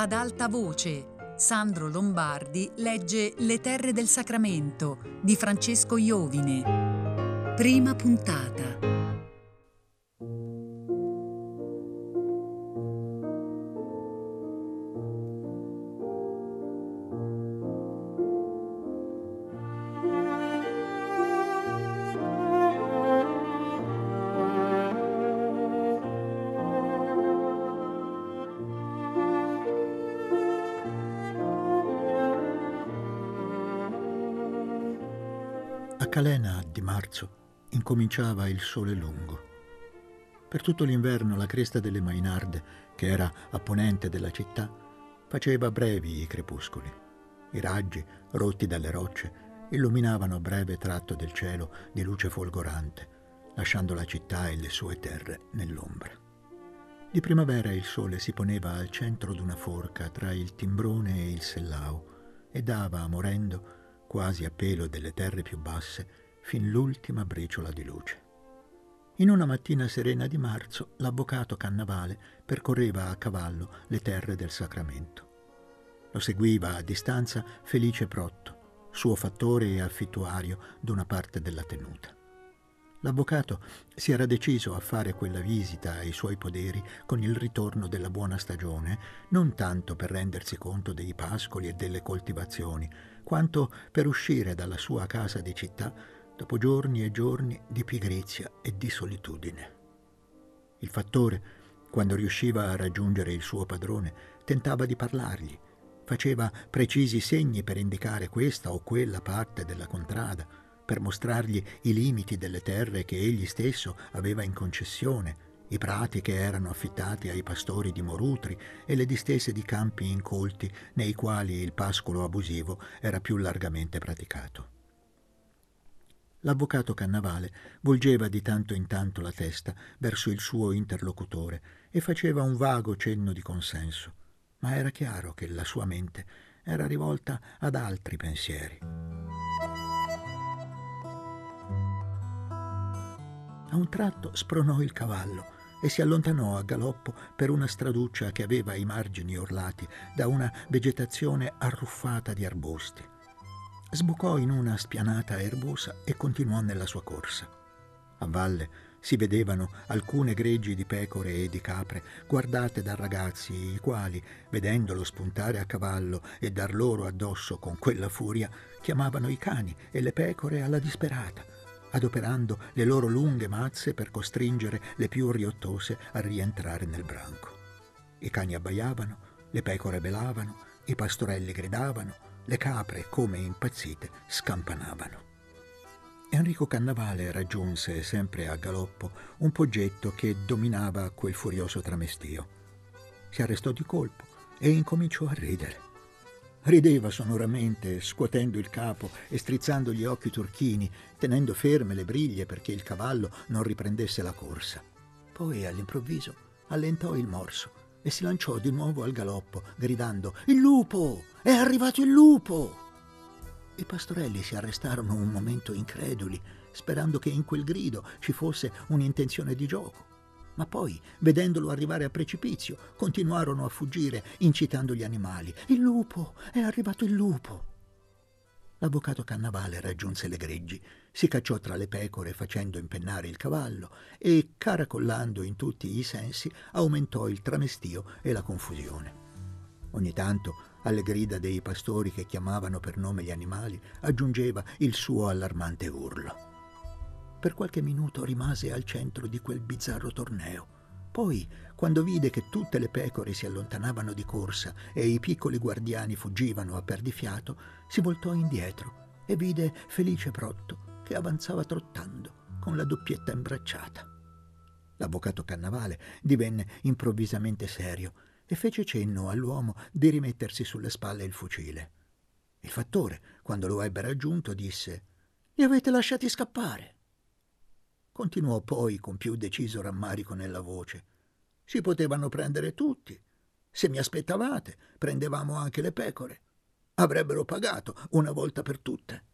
Ad alta voce, Sandro Lombardi legge Le terre del Sacramento di Francesco Iovine. Prima puntata. A Calena di marzo incominciava il sole lungo. Per tutto l'inverno la cresta delle Mainarde, che era a ponente della città, faceva brevi i crepuscoli. I raggi, rotti dalle rocce, illuminavano breve tratto del cielo di luce folgorante, lasciando la città e le sue terre nell'ombra. Di primavera il sole si poneva al centro d'una forca tra il Timbrone e il Sellao e dava, morendo, quasi a pelo delle terre più basse, fin l'ultima briciola di luce. In una mattina serena di marzo, l'avvocato Cannavale percorreva a cavallo le terre del Sacramento. Lo seguiva a distanza Felice Protto, suo fattore e affittuario d'una parte della tenuta. L'avvocato si era deciso a fare quella visita ai suoi poderi con il ritorno della buona stagione, non tanto per rendersi conto dei pascoli e delle coltivazioni, quanto per uscire dalla sua casa di città dopo giorni e giorni di pigrizia e di solitudine. Il fattore, quando riusciva a raggiungere il suo padrone, tentava di parlargli, faceva precisi segni per indicare questa o quella parte della contrada, per mostrargli i limiti delle terre che egli stesso aveva in concessione, i prati che erano affittati ai pastori di Morutri e le distese di campi incolti nei quali il pascolo abusivo era più largamente praticato. L'avvocato Cannavale volgeva di tanto in tanto la testa verso il suo interlocutore e faceva un vago cenno di consenso, ma era chiaro che la sua mente era rivolta ad altri pensieri. A un tratto spronò il cavallo e si allontanò a galoppo per una straduccia che aveva i margini orlati da una vegetazione arruffata di arbusti. Sbucò in una spianata erbosa e continuò nella sua corsa. A valle si vedevano alcune greggi di pecore e di capre guardate da ragazzi i quali, vedendolo spuntare a cavallo e dar loro addosso con quella furia, chiamavano i cani e le pecore alla disperata, adoperando le loro lunghe mazze per costringere le più riottose a rientrare nel branco. I cani abbaiavano, le pecore belavano, i pastorelli gridavano, le capre, come impazzite, scampanavano. Enrico Cannavale raggiunse, sempre a galoppo, un poggetto che dominava quel furioso tramestio. Si arrestò di colpo e incominciò a ridere. Rideva sonoramente, scuotendo il capo e strizzando gli occhi turchini, tenendo ferme le briglie perché il cavallo non riprendesse la corsa. Poi, all'improvviso, allentò il morso e si lanciò di nuovo al galoppo, gridando «Il lupo! È arrivato il lupo!» I pastorelli si arrestarono un momento increduli, sperando che in quel grido ci fosse un'intenzione di gioco. Ma poi, vedendolo arrivare a precipizio, continuarono a fuggire, incitando gli animali. «Il lupo! È arrivato il lupo!» L'avvocato Cannavale raggiunse le greggi, si cacciò tra le pecore facendo impennare il cavallo e, caracollando in tutti i sensi, aumentò il tramestio e la confusione. Ogni tanto, alle grida dei pastori che chiamavano per nome gli animali, aggiungeva il suo allarmante urlo. Per qualche minuto rimase al centro di quel bizzarro torneo. Poi, quando vide che tutte le pecore si allontanavano di corsa e i piccoli guardiani fuggivano a perdifiato, si voltò indietro e vide Felice Protto che avanzava trottando, con la doppietta imbracciata. L'avvocato Cannavale divenne improvvisamente serio e fece cenno all'uomo di rimettersi sulle spalle il fucile. Il fattore, quando lo ebbe raggiunto, disse «Li avete lasciati scappare?» Continuò poi con più deciso rammarico nella voce. «Si potevano prendere tutti. Se mi aspettavate, prendevamo anche le pecore. Avrebbero pagato una volta per tutte».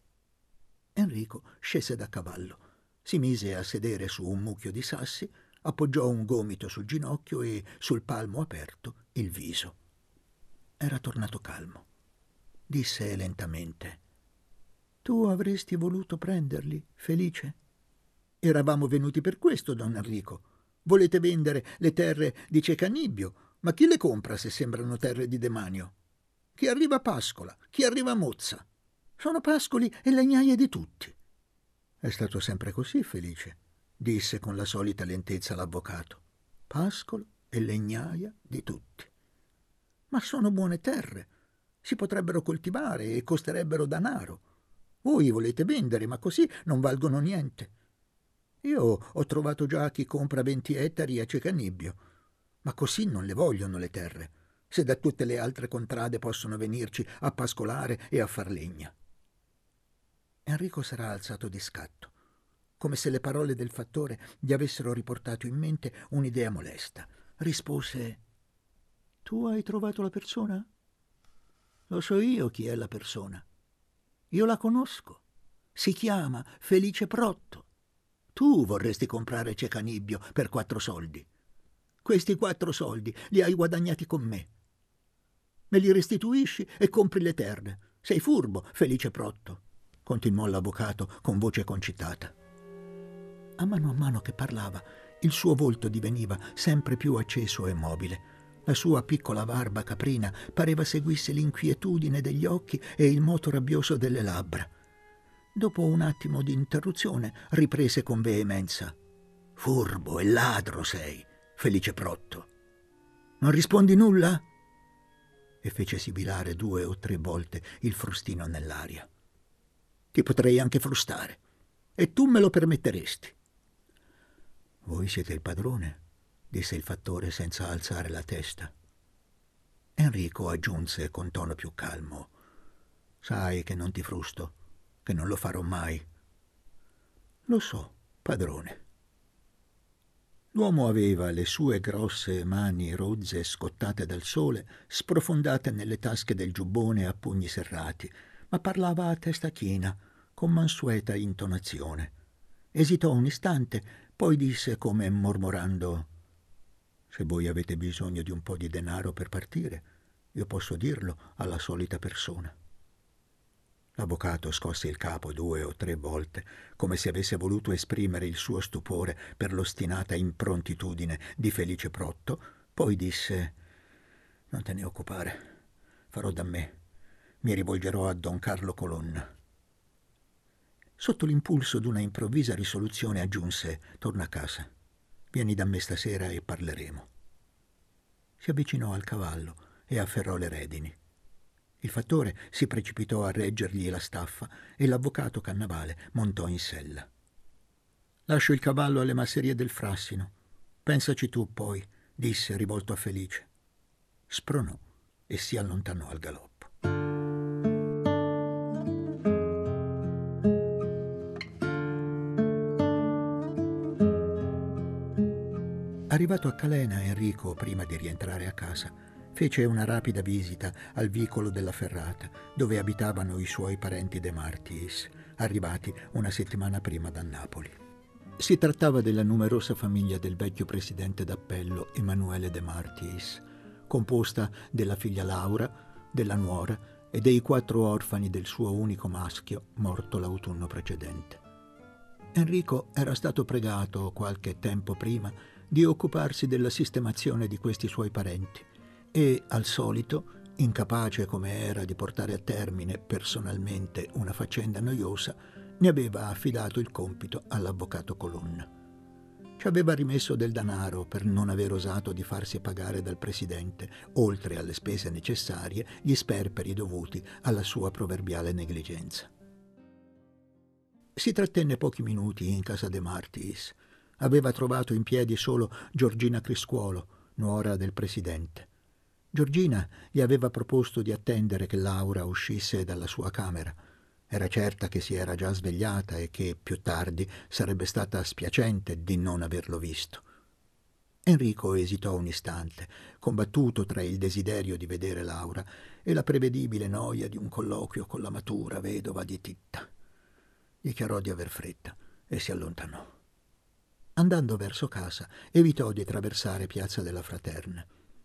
Enrico scese da cavallo, si mise a sedere su un mucchio di sassi, appoggiò un gomito sul ginocchio e sul palmo aperto il viso. era tornato calmo. Disse lentamente: «Tu avresti voluto prenderli, Felice?» «Eravamo venuti per questo, don Enrico. Volete vendere le terre di Cecanibbio, ma chi le compra se sembrano terre di demanio? Chi arriva a Pascola, chi arriva a Mozza. Sono pascoli e legnaie di tutti». «È stato sempre così, Felice», disse con la solita lentezza l'avvocato. «Pascolo e legnaia di tutti». «Ma sono buone terre, si potrebbero coltivare e costerebbero danaro. Voi volete vendere, ma così non valgono niente. Io ho trovato già chi compra 20 ettari a Cecanibbio, ma così non le vogliono le terre, se da tutte le altre contrade possono venirci a pascolare e a far legna». Enrico s'era alzato di scatto, come se le parole del fattore gli avessero riportato in mente un'idea molesta. Rispose: «Tu hai trovato la persona?» «Lo so io chi è la persona. Io la conosco. Si chiama Felice Protto. Tu vorresti comprare Cecanibbio per 4 soldi. Questi 4 soldi li hai guadagnati con me. Me li restituisci e compri le terre. Sei furbo, Felice Protto», continuò l'avvocato con voce concitata. A mano che parlava, il suo volto diveniva sempre più acceso e mobile. La sua piccola barba caprina pareva seguisse l'inquietudine degli occhi e il moto rabbioso delle labbra. Dopo un attimo di interruzione riprese con veemenza: «Furbo e ladro sei, Felice Protto. Non rispondi nulla?» E fece sibilare 2 o 3 volte il frustino nell'aria. «Ti potrei anche frustare, e tu me lo permetteresti». «Voi siete il padrone», disse il fattore senza alzare la testa. Enrico aggiunse con tono più calmo: «Sai che non ti frusto, che non lo farò mai». «Lo so, padrone». L'uomo aveva le sue grosse mani rozze scottate dal sole, sprofondate nelle tasche del giubbone a pugni serrati, ma parlava a testa china, con mansueta intonazione. Esitò un istante, poi disse come mormorando: «Se voi avete bisogno di un po' di denaro per partire, io posso dirlo alla solita persona». L'avvocato scosse il capo 2 o 3 volte, come se avesse voluto esprimere il suo stupore per l'ostinata improntitudine di Felice Protto, poi disse: «Non te ne occupare, farò da me, mi rivolgerò a don Carlo Colonna». Sotto l'impulso d'una improvvisa risoluzione aggiunse: «Torna a casa, vieni da me stasera e parleremo». Si avvicinò al cavallo e afferrò le redini. Il fattore si precipitò a reggergli la staffa e l'avvocato Cannavale montò in sella. «Lascio il cavallo alle masserie del Frassino. Pensaci tu poi», disse rivolto a Felice. Spronò e si allontanò al galoppo. Arrivato a Calena, Enrico, prima di rientrare a casa, fece una rapida visita al vicolo della Ferrata, dove abitavano i suoi parenti De Martis, arrivati una settimana prima da Napoli. Si trattava della numerosa famiglia del vecchio presidente d'appello Emanuele De Martis, composta della figlia Laura, della nuora e dei 4 orfani del suo unico maschio, morto l'autunno precedente. Enrico era stato pregato qualche tempo prima di occuparsi della sistemazione di questi suoi parenti e, al solito, incapace come era di portare a termine personalmente una faccenda noiosa, ne aveva affidato il compito all'avvocato Colonna. Ci aveva rimesso del denaro per non aver osato di farsi pagare dal presidente, oltre alle spese necessarie, gli sperperi dovuti alla sua proverbiale negligenza. Si trattenne pochi minuti in casa De Martis. Aveva trovato in piedi solo Giorgina Criscuolo, nuora del presidente. Giorgina gli aveva proposto di attendere che Laura uscisse dalla sua camera. Era certa che si era già svegliata e che, più tardi, sarebbe stata spiacente di non averlo visto. Enrico esitò un istante, combattuto tra il desiderio di vedere Laura e la prevedibile noia di un colloquio con la matura vedova di Titta. Dichiarò di aver fretta e si allontanò. Andando verso casa, evitò di attraversare Piazza della Fraterna.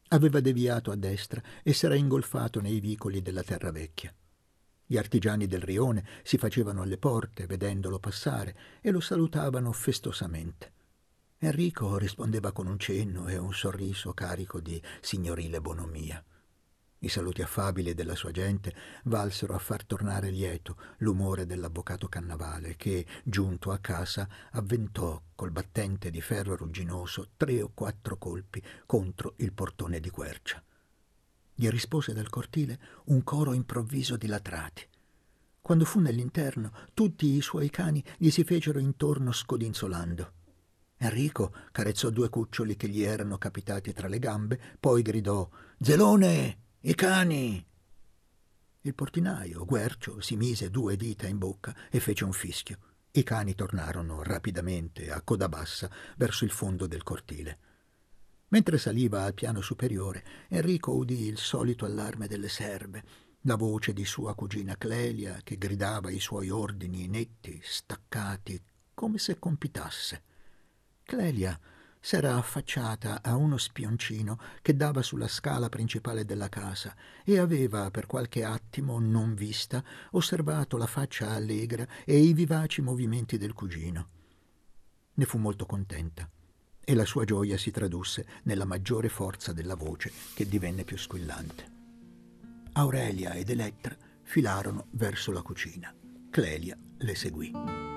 Aveva deviato a destra e s'era ingolfato nei vicoli della terra vecchia. Gli artigiani del rione si facevano alle porte vedendolo passare e lo salutavano festosamente. Enrico rispondeva con un cenno e un sorriso carico di signorile bonomia. I saluti affabili della sua gente valsero a far tornare lieto l'umore dell'avvocato Cannavale che, giunto a casa, avventò col battente di ferro rugginoso 3 o 4 colpi contro il portone di quercia. Gli rispose dal cortile un coro improvviso di latrati. Quando fu nell'interno, tutti i suoi cani gli si fecero intorno scodinzolando. Enrico carezzò 2 cuccioli che gli erano capitati tra le gambe, poi gridò «Zelone! I cani!» Il portinaio, Guercio, si mise 2 dita in bocca e fece un fischio. I cani tornarono rapidamente, a coda bassa, verso il fondo del cortile. Mentre saliva al piano superiore, Enrico udì il solito allarme delle serve, la voce di sua cugina Clelia che gridava i suoi ordini netti, staccati, come se compitasse. Clelia s'era affacciata a uno spioncino che dava sulla scala principale della casa e aveva per qualche attimo, non vista, osservato la faccia allegra e i vivaci movimenti del cugino. Ne fu molto contenta e la sua gioia si tradusse nella maggiore forza della voce che divenne più squillante. Aurelia ed Elettra filarono verso la cucina. Clelia le seguì.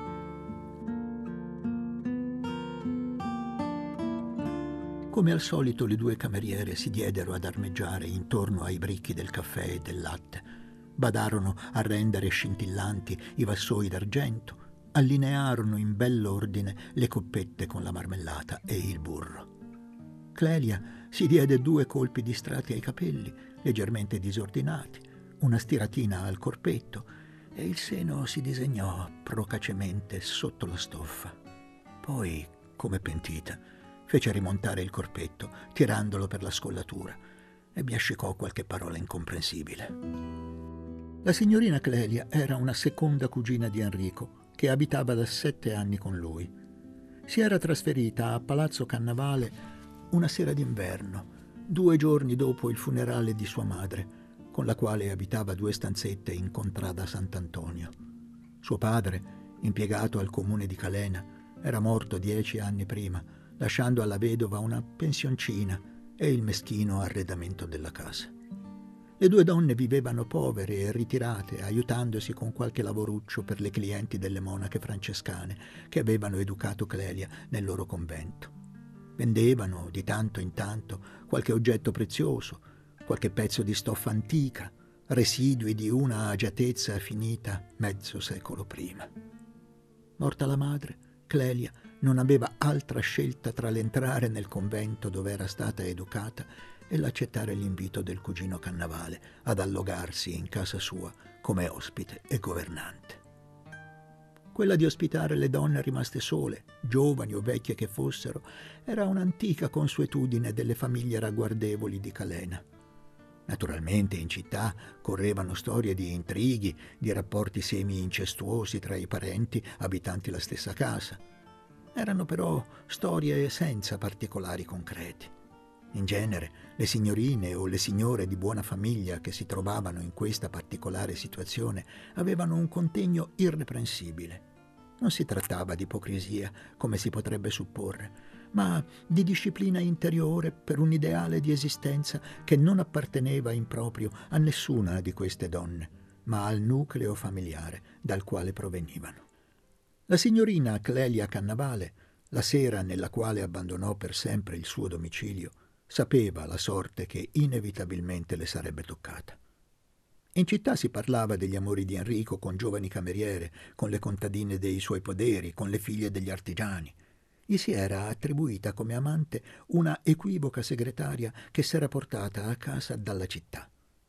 Come al solito le 2 cameriere si diedero ad armeggiare intorno ai bricchi del caffè e del latte. Badarono a rendere scintillanti i vassoi d'argento, allinearono in bell'ordine le coppette con la marmellata e il burro. Clelia si diede 2 colpi di strati ai capelli, leggermente disordinati, una stiratina al corpetto e il seno si disegnò procacemente sotto la stoffa. Poi, come pentita, fece rimontare il corpetto, tirandolo per la scollatura, e biascicò qualche parola incomprensibile. La signorina Clelia era una seconda cugina di Enrico, che abitava da 7 anni con lui. Si era trasferita a Palazzo Cannavale una sera d'inverno, 2 giorni dopo il funerale di sua madre, con la quale abitava 2 stanzette in contrada Sant'Antonio. Suo padre, impiegato al comune di Calena, era morto 10 anni prima, lasciando alla vedova una pensioncina e il meschino arredamento della casa. Le 2 donne vivevano povere e ritirate, aiutandosi con qualche lavoruccio per le clienti delle monache francescane che avevano educato Clelia nel loro convento. Vendevano di tanto in tanto qualche oggetto prezioso, qualche pezzo di stoffa antica, residui di una agiatezza finita mezzo secolo prima. Morta la madre, Clelia non aveva altra scelta tra l'entrare nel convento dove era stata educata e l'accettare l'invito del cugino Cannavale ad allogarsi in casa sua come ospite e governante. Quella di ospitare le donne rimaste sole, giovani o vecchie che fossero, era un'antica consuetudine delle famiglie ragguardevoli di Calena. Naturalmente in città correvano storie di intrighi, di rapporti semi-incestuosi tra i parenti abitanti la stessa casa. Erano però storie senza particolari concreti. In genere le signorine o le signore di buona famiglia che si trovavano in questa particolare situazione avevano un contegno irreprensibile. Non si trattava di ipocrisia, come si potrebbe supporre, ma di disciplina interiore per un ideale di esistenza che non apparteneva in proprio a nessuna di queste donne, ma al nucleo familiare dal quale provenivano. La signorina Clelia Cannavale, la sera nella quale abbandonò per sempre il suo domicilio, sapeva la sorte che inevitabilmente le sarebbe toccata. In città si parlava degli amori di Enrico con giovani cameriere, con le contadine dei suoi poderi, con le figlie degli artigiani. Gli si era attribuita come amante una equivoca segretaria che s'era portata a casa dalla città.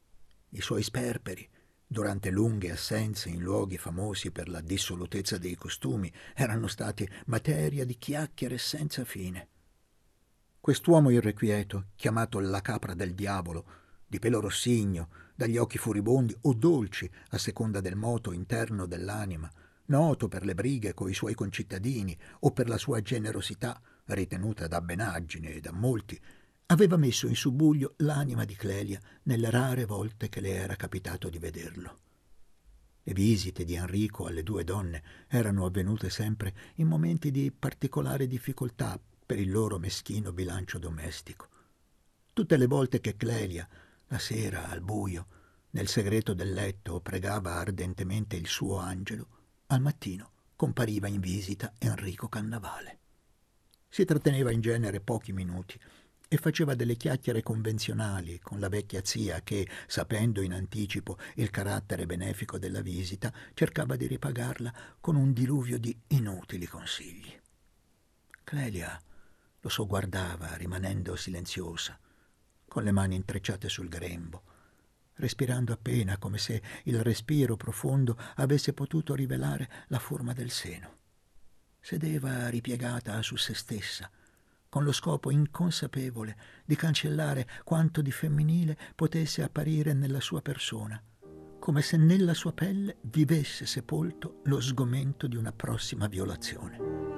I suoi sperperi, durante lunghe assenze in luoghi famosi per la dissolutezza dei costumi, erano stati materia di chiacchiere senza fine. Quest'uomo irrequieto, chiamato la capra del diavolo, di pelo rossigno, dagli occhi furibondi o dolci a seconda del moto interno dell'anima, noto per le brighe coi suoi concittadini o per la sua generosità, ritenuta da benaggine e da molti, aveva messo in subbuglio l'anima di Clelia nelle rare volte che le era capitato di vederlo. Le visite di Enrico alle due donne erano avvenute sempre in momenti di particolare difficoltà per il loro meschino bilancio domestico. Tutte le volte che Clelia, la sera al buio, nel segreto del letto, pregava ardentemente il suo angelo, al mattino compariva in visita Enrico Cannavale. Si tratteneva in genere pochi minuti e faceva delle chiacchiere convenzionali con la vecchia zia che, sapendo in anticipo il carattere benefico della visita, cercava di ripagarla con un diluvio di inutili consigli. Clelia lo sogguardava rimanendo silenziosa, con le mani intrecciate sul grembo, respirando appena, come se il respiro profondo avesse potuto rivelare la forma del seno. Sedeva ripiegata su se stessa, con lo scopo inconsapevole di cancellare quanto di femminile potesse apparire nella sua persona, come se nella sua pelle vivesse sepolto lo sgomento di una prossima violazione.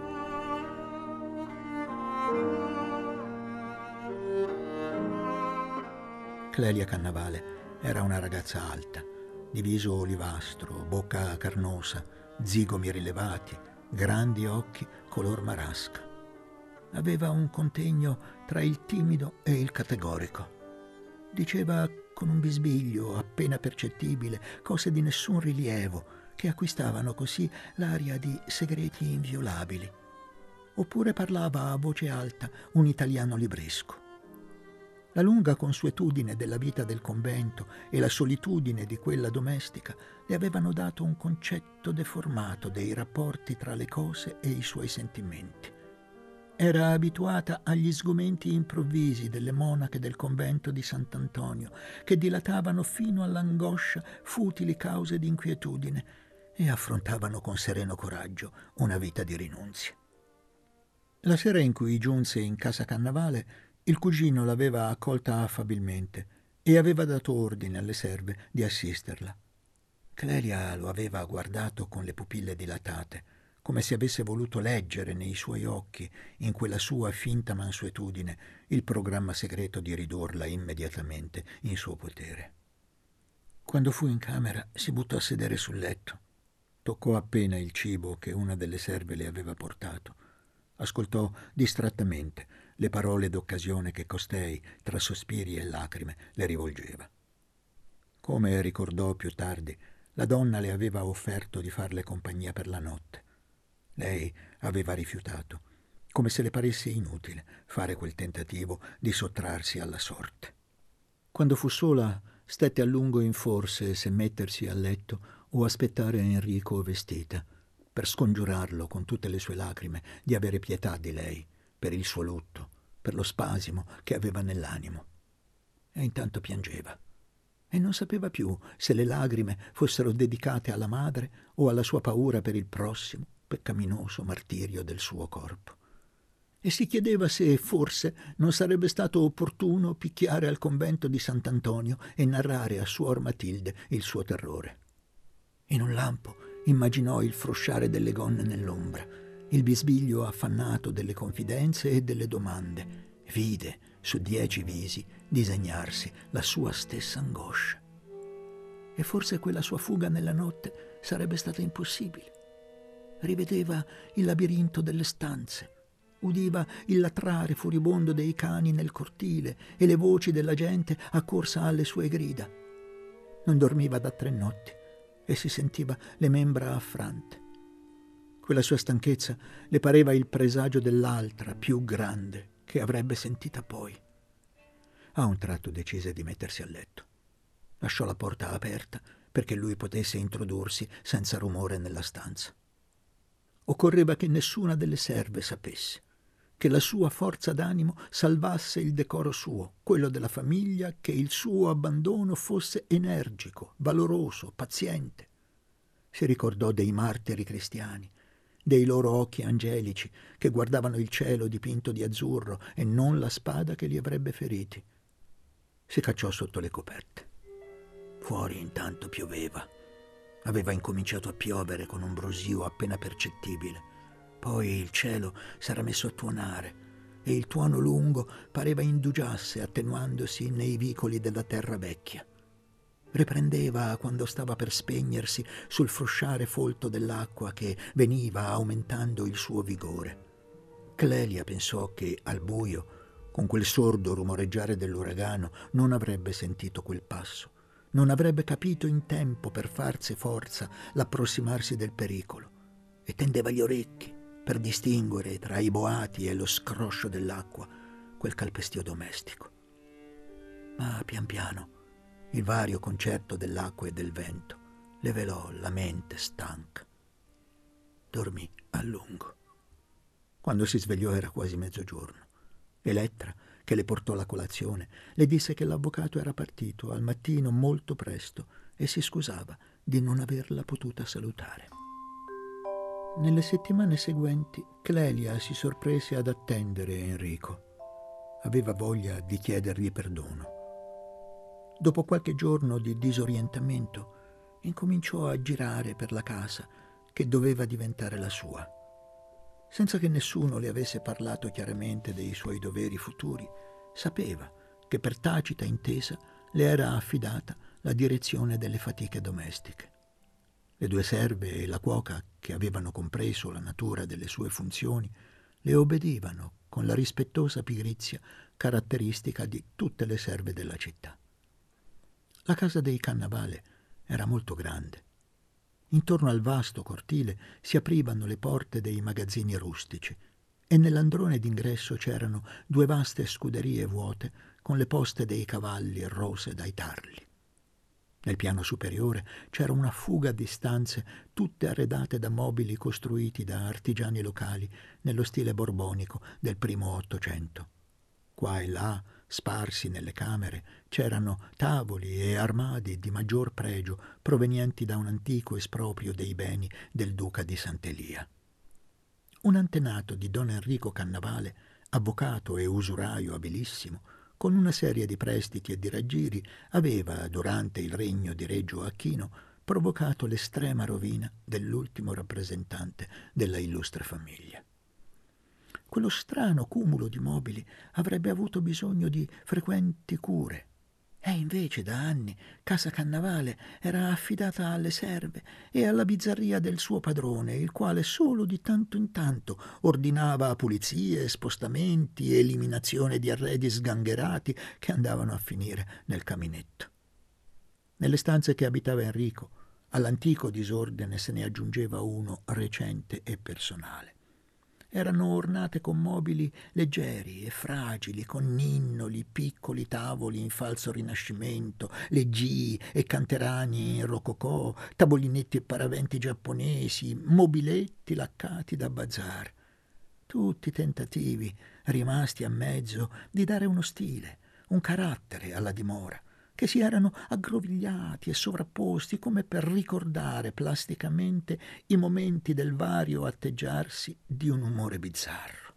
Clelia Cannavale era una ragazza alta, di viso olivastro, bocca carnosa, zigomi rilevati, grandi occhi color marasca. Aveva un contegno tra il timido e il categorico. Diceva con un bisbiglio appena percettibile cose di nessun rilievo che acquistavano così l'aria di segreti inviolabili. Oppure parlava a voce alta un italiano libresco. La lunga consuetudine della vita del convento e la solitudine di quella domestica le avevano dato un concetto deformato dei rapporti tra le cose e i suoi sentimenti. Era abituata agli sgomenti improvvisi delle monache del convento di Sant'Antonio, che dilatavano fino all'angoscia futili cause di inquietudine e affrontavano con sereno coraggio una vita di rinunzia. La sera in cui giunse in casa Cannavale, il cugino l'aveva accolta affabilmente e aveva dato ordine alle serve di assisterla. Clelia lo aveva guardato con le pupille dilatate, come se avesse voluto leggere nei suoi occhi, in quella sua finta mansuetudine, il programma segreto di ridurla immediatamente in suo potere. Quando fu in camera, si buttò a sedere sul letto. Toccò appena il cibo che una delle serve le aveva portato. Ascoltò distrattamente le parole d'occasione che costei, tra sospiri e lacrime, le rivolgeva. Come ricordò più tardi, la donna le aveva offerto di farle compagnia per la notte. Lei aveva rifiutato, come se le paresse inutile fare quel tentativo di sottrarsi alla sorte. Quando fu sola, stette a lungo in forse se mettersi a letto o aspettare Enrico vestita, per scongiurarlo con tutte le sue lacrime di avere pietà di lei, per il suo lutto, per lo spasimo che aveva nell'animo. E intanto piangeva, e non sapeva più se le lagrime fossero dedicate alla madre o alla sua paura per il prossimo, peccaminoso martirio del suo corpo. E si chiedeva se forse non sarebbe stato opportuno picchiare al convento di Sant'Antonio e narrare a suor Matilde il suo terrore. In un lampo immaginò il frusciare delle gonne nell'ombra, il bisbiglio affannato delle confidenze e delle domande. Vide su 10 visi disegnarsi la sua stessa angoscia. E forse quella sua fuga nella notte sarebbe stata impossibile. Rivedeva il labirinto delle stanze, udiva il latrare furibondo dei cani nel cortile e le voci della gente accorsa alle sue grida. Non dormiva da 3 notti e si sentiva le membra affrante. Quella sua stanchezza le pareva il presagio dell'altra, più grande, che avrebbe sentita poi. A un tratto decise di mettersi a letto. Lasciò la porta aperta perché lui potesse introdursi senza rumore nella stanza. Occorreva che nessuna delle serve sapesse, che la sua forza d'animo salvasse il decoro suo, quello della famiglia, che il suo abbandono fosse energico, valoroso, paziente. Si ricordò dei martiri cristiani, dei loro occhi angelici che guardavano il cielo dipinto di azzurro e non la spada che li avrebbe feriti. Si cacciò sotto le coperte. Fuori intanto pioveva. Aveva incominciato a piovere con un brusio appena percettibile. Poi il cielo s'era messo a tuonare. e il tuono lungo pareva indugiasse attenuandosi nei vicoli della terra vecchia. Riprendeva quando stava per spegnersi sul frusciare folto dell'acqua che veniva aumentando il suo vigore. Clelia pensò che al buio, con quel sordo rumoreggiare dell'uragano, non avrebbe sentito quel passo, non avrebbe capito in tempo per farsi forza l'approssimarsi del pericolo, e tendeva gli orecchi per distinguere tra i boati e lo scroscio dell'acqua quel calpestio domestico. Ma pian piano il vario concerto dell'acqua e del vento le velò la mente stanca. Dormì a lungo. Quando si svegliò era quasi mezzogiorno. Elettra, che le portò la colazione, le disse che l'avvocato era partito al mattino molto presto e si scusava di non averla potuta salutare. Nelle settimane seguenti Clelia si sorprese ad attendere Enrico. Aveva voglia di chiedergli perdono. Dopo qualche giorno di disorientamento, incominciò a girare per la casa che doveva diventare la sua. Senza che nessuno le avesse parlato chiaramente dei suoi doveri futuri, sapeva che per tacita intesa le era affidata la direzione delle fatiche domestiche. Le 2 serve e la cuoca, che avevano compreso la natura delle sue funzioni, le obbedivano con la rispettosa pigrizia caratteristica di tutte le serve della città. La casa dei Cannavale era molto grande. Intorno al vasto cortile si aprivano le porte dei magazzini rustici e nell'androne d'ingresso c'erano 2 vaste scuderie vuote con le poste dei cavalli rose dai tarli. Nel piano superiore c'era una fuga di stanze tutte arredate da mobili costruiti da artigiani locali nello stile borbonico del primo Ottocento. Qua e là, sparsi nelle camere, c'erano tavoli e armadi di maggior pregio provenienti da un antico esproprio dei beni del duca di Sant'Elia. Un antenato di don Enrico Cannavale, avvocato e usuraio abilissimo, con una serie di prestiti e di raggiri, aveva, durante il regno di Reggio Acchino, provocato l'estrema rovina dell'ultimo rappresentante della illustre famiglia. Quello strano cumulo di mobili avrebbe avuto bisogno di frequenti cure, e invece da anni Casa Cannavale era affidata alle serve e alla bizzarria del suo padrone, il quale solo di tanto in tanto ordinava pulizie, spostamenti, eliminazione di arredi sgangherati che andavano a finire nel caminetto. Nelle stanze che abitava Enrico, all'antico disordine se ne aggiungeva uno recente e personale. Erano ornate con mobili leggeri e fragili, con ninnoli, piccoli tavoli in falso rinascimento, leggii e canterani in rococò, tavolinetti e paraventi giapponesi, mobiletti laccati da bazar. Tutti tentativi, rimasti a mezzo, di dare uno stile, un carattere alla dimora, che si erano aggrovigliati e sovrapposti come per ricordare plasticamente i momenti del vario atteggiarsi di un umore bizzarro.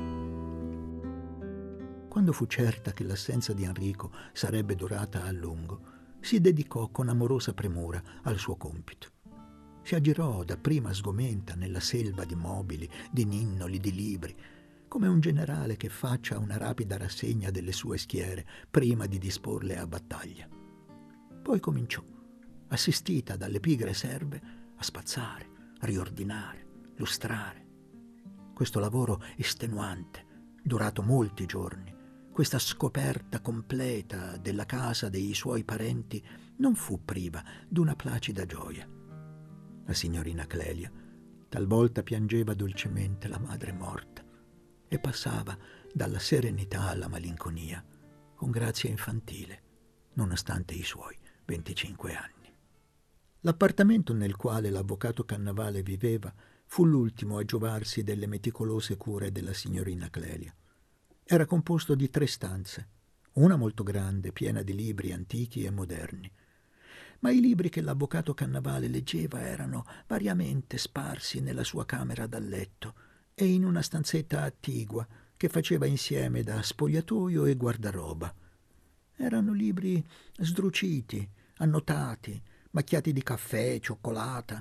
Quando fu certa che l'assenza di Enrico sarebbe durata a lungo, si dedicò con amorosa premura al suo compito. Si aggirò dapprima sgomenta nella selva di mobili, di ninnoli, di libri, come un generale che faccia una rapida rassegna delle sue schiere prima di disporle a battaglia. Poi cominciò, assistita dalle pigre serve, a spazzare, riordinare, lustrare. Questo lavoro estenuante, durato molti giorni, questa scoperta completa della casa dei suoi parenti, non fu priva d'una placida gioia. La signorina Clelia talvolta piangeva dolcemente la madre morta e passava dalla serenità alla malinconia, con grazia infantile, nonostante i suoi 25 anni. L'appartamento nel quale l'avvocato Cannavale viveva fu l'ultimo a giovarsi delle meticolose cure della signorina Clelia. Era composto di 3 stanze, una molto grande, piena di libri antichi e moderni. Ma i libri che l'avvocato Cannavale leggeva erano variamente sparsi nella sua camera da letto e in una stanzetta attigua che faceva insieme da spogliatoio e guardaroba. Erano libri sdruciti, annotati, macchiati di caffè, cioccolata,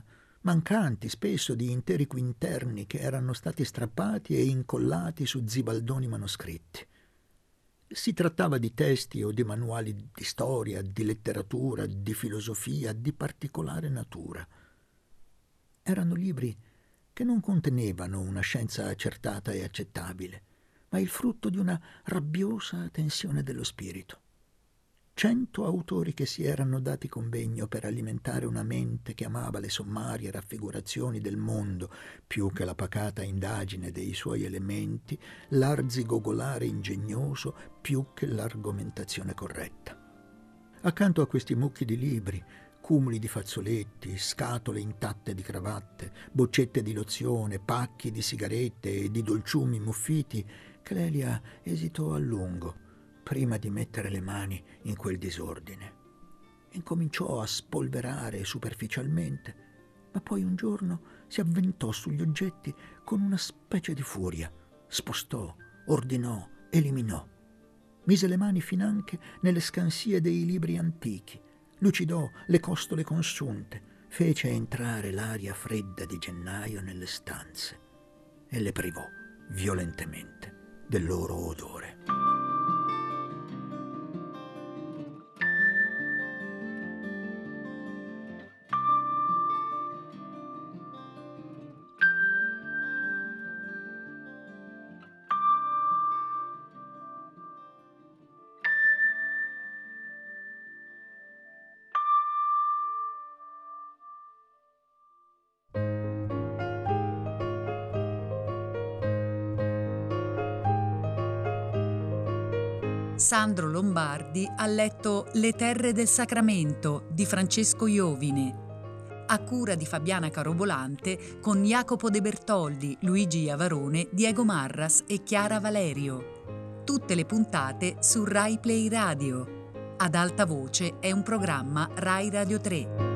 mancanti spesso di interi quinterni che erano stati strappati e incollati su zibaldoni manoscritti. Si trattava di testi o di manuali di storia, di letteratura, di filosofia, di particolare natura. Erano libri che non contenevano una scienza accertata e accettabile, ma il frutto di una rabbiosa tensione dello spirito. 100 autori che si erano dati convegno per alimentare una mente che amava le sommarie raffigurazioni del mondo più che la pacata indagine dei suoi elementi, l'arzigogolare ingegnoso più che l'argomentazione corretta. Accanto a questi mucchi di libri, cumuli di fazzoletti, scatole intatte di cravatte, boccette di lozione, pacchi di sigarette e di dolciumi muffiti, Clelia esitò a lungo prima di mettere le mani in quel disordine. Incominciò a spolverare superficialmente, ma poi un giorno si avventò sugli oggetti con una specie di furia. Spostò, ordinò, eliminò. Mise le mani finanche nelle scansie dei libri antichi, lucidò le costole consunte, fece entrare l'aria fredda di gennaio nelle stanze e le privò violentemente del loro odore. Sandro Lombardi ha letto Le terre del Sacramento di Francesco Iovine, a cura di Fabiana Carobolante, con Jacopo De Bertoldi, Luigi Iavarone, Diego Marras e Chiara Valerio. Tutte le puntate su Rai Play Radio. Ad alta voce è un programma Rai Radio 3.